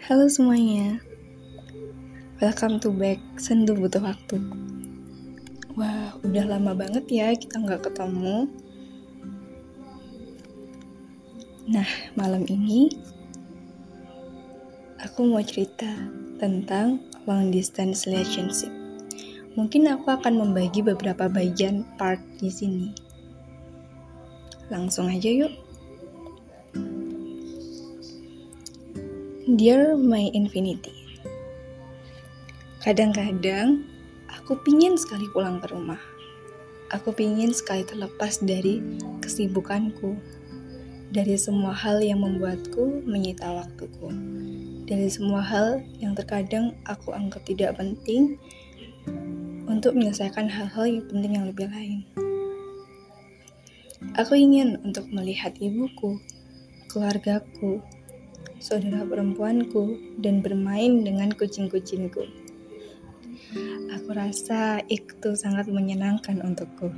Halo semuanya, welcome to back Sendu Butuh Waktu. Wah, udah lama banget ya kita nggak ketemu. Nah, malam ini aku mau cerita tentang long distance relationship. Mungkin aku akan membagi beberapa bagian part di sini. Langsung aja yuk. Dear my infinity, kadang-kadang aku pingin sekali pulang ke rumah. Aku pingin sekali terlepas dari kesibukanku, dari semua hal yang membuatku menyita waktuku, dari semua hal yang terkadang aku anggap tidak penting untuk menyelesaikan hal-hal yang penting yang lebih lain. Aku ingin untuk melihat ibuku, keluargaku, saudara perempuanku, dan bermain dengan kucing-kucingku. Aku rasa itu sangat menyenangkan untukku.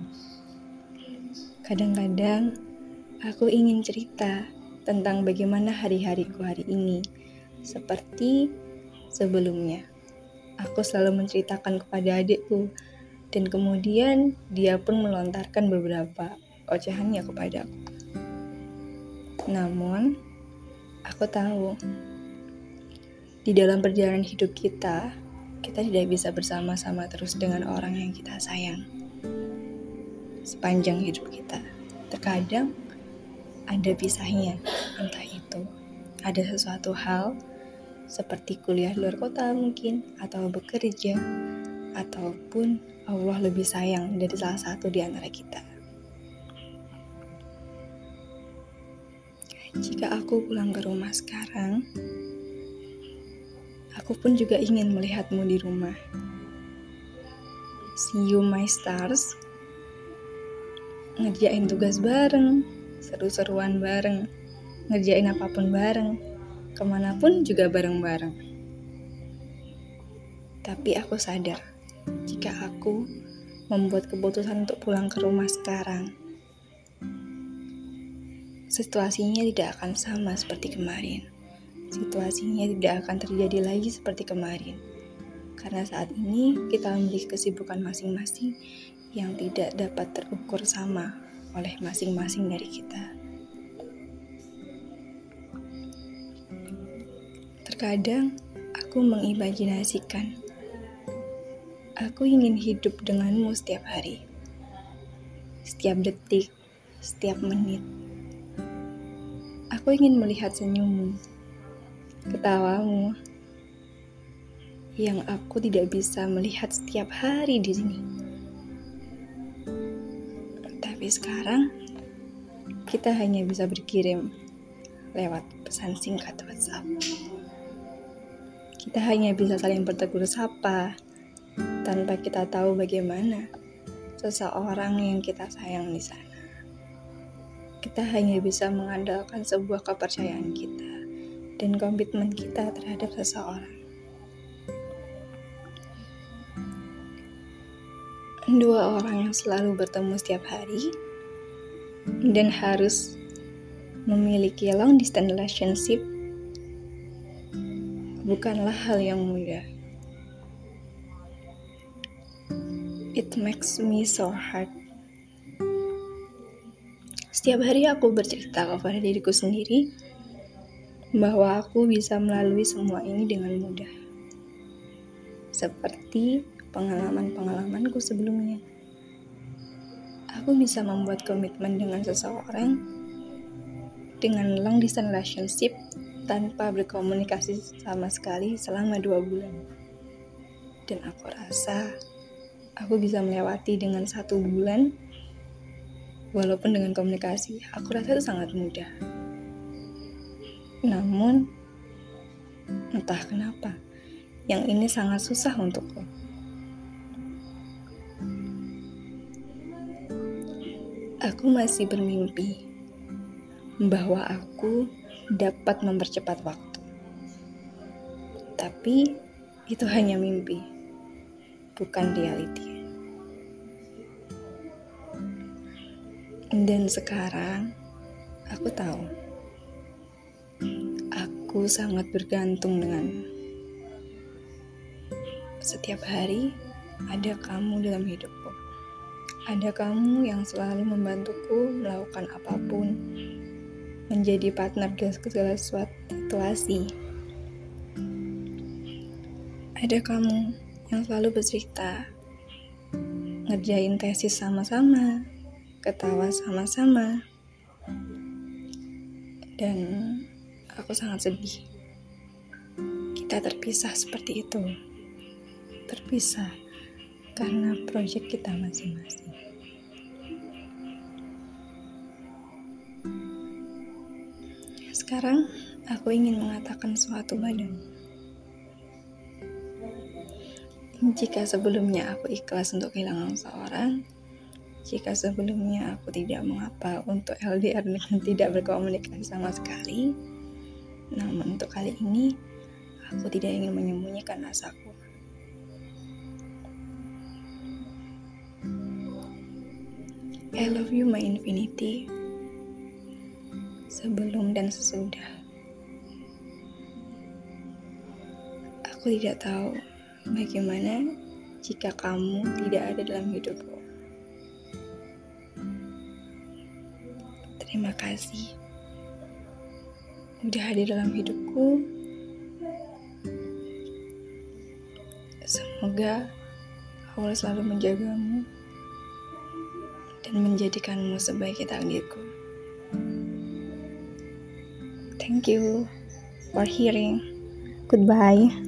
Kadang-kadang aku ingin cerita tentang bagaimana hari-hariku hari ini. Seperti sebelumnya, aku selalu menceritakan kepada adikku, dan kemudian dia pun melontarkan beberapa ocehannya kepadaku. Namun, aku tahu, di dalam perjalanan hidup kita tidak bisa bersama-sama terus dengan orang yang kita sayang. Sepanjang hidup kita, terkadang ada pisahnya, entah itu ada sesuatu hal seperti kuliah luar kota mungkin, atau bekerja, ataupun Allah lebih sayang dari salah satu di antara kita. Jika aku pulang ke rumah sekarang, aku pun juga ingin melihatmu di rumah. See you my stars. Ngerjain tugas bareng, seru-seruan bareng, ngerjain apapun bareng, kemanapun juga bareng-bareng. Tapi aku sadar, jika aku membuat keputusan untuk pulang ke rumah sekarang, situasinya tidak akan sama seperti kemarin. Situasinya tidak akan terjadi lagi seperti kemarin. Karena saat ini kita memiliki kesibukan masing-masing yang tidak dapat terukur sama oleh masing-masing dari kita. Terkadang aku mengimajinasikan, aku ingin hidup denganmu setiap hari, setiap detik, setiap menit. Aku ingin melihat senyummu, ketawamu, yang aku tidak bisa melihat setiap hari di sini. Tapi sekarang, kita hanya bisa berkirim lewat pesan singkat WhatsApp. Kita hanya bisa saling bertegur sapa, tanpa kita tahu bagaimana seseorang yang kita sayang di sana. Kita hanya bisa mengandalkan sebuah kepercayaan kita dan komitmen kita terhadap seseorang. Dua orang yang selalu bertemu setiap hari dan harus memiliki long distance relationship bukanlah hal yang mudah. It makes me so hard. Setiap hari aku bercerita kepada diriku sendiri bahwa aku bisa melalui semua ini dengan mudah. Seperti pengalaman-pengalamanku sebelumnya. Aku bisa membuat komitmen dengan seseorang dengan long distance relationship tanpa berkomunikasi sama sekali selama 2 bulan. Dan aku rasa aku bisa melewati dengan 1 bulan walaupun dengan komunikasi. Aku rasa itu sangat mudah. Namun, entah kenapa, yang ini sangat susah untukku. Aku masih bermimpi bahwa aku dapat mempercepat waktu. Tapi, itu hanya mimpi, bukan reality. Dan sekarang, aku tahu, aku Aku sangat bergantung denganmu. Setiap hari ada kamu dalam hidupku. Ada kamu yang selalu membantuku melakukan apapun, menjadi partner dalam segala situasi. Ada kamu yang selalu bercerita, ngerjain tesis sama-sama, ketawa sama-sama, dan aku sangat sedih. Kita terpisah seperti itu. Terpisah karena proyek kita masing-masing. Sekarang aku ingin mengatakan sesuatu padamu. Jika sebelumnya aku ikhlas untuk kehilangan seseorang, jika sebelumnya aku tidak mengapa untuk LDR dengan tidak berkomunikasi sama sekali, namun untuk kali ini aku tidak ingin menyembunyikan rasaku. I love you my infinity, sebelum dan sesudah. Aku tidak tahu bagaimana jika kamu tidak ada dalam hidupku. Terima kasih udah hadir dalam hidupku. Semoga Allah selalu menjagamu dan menjadikanmu sebaik takdirku. Thank you for hearing. Goodbye.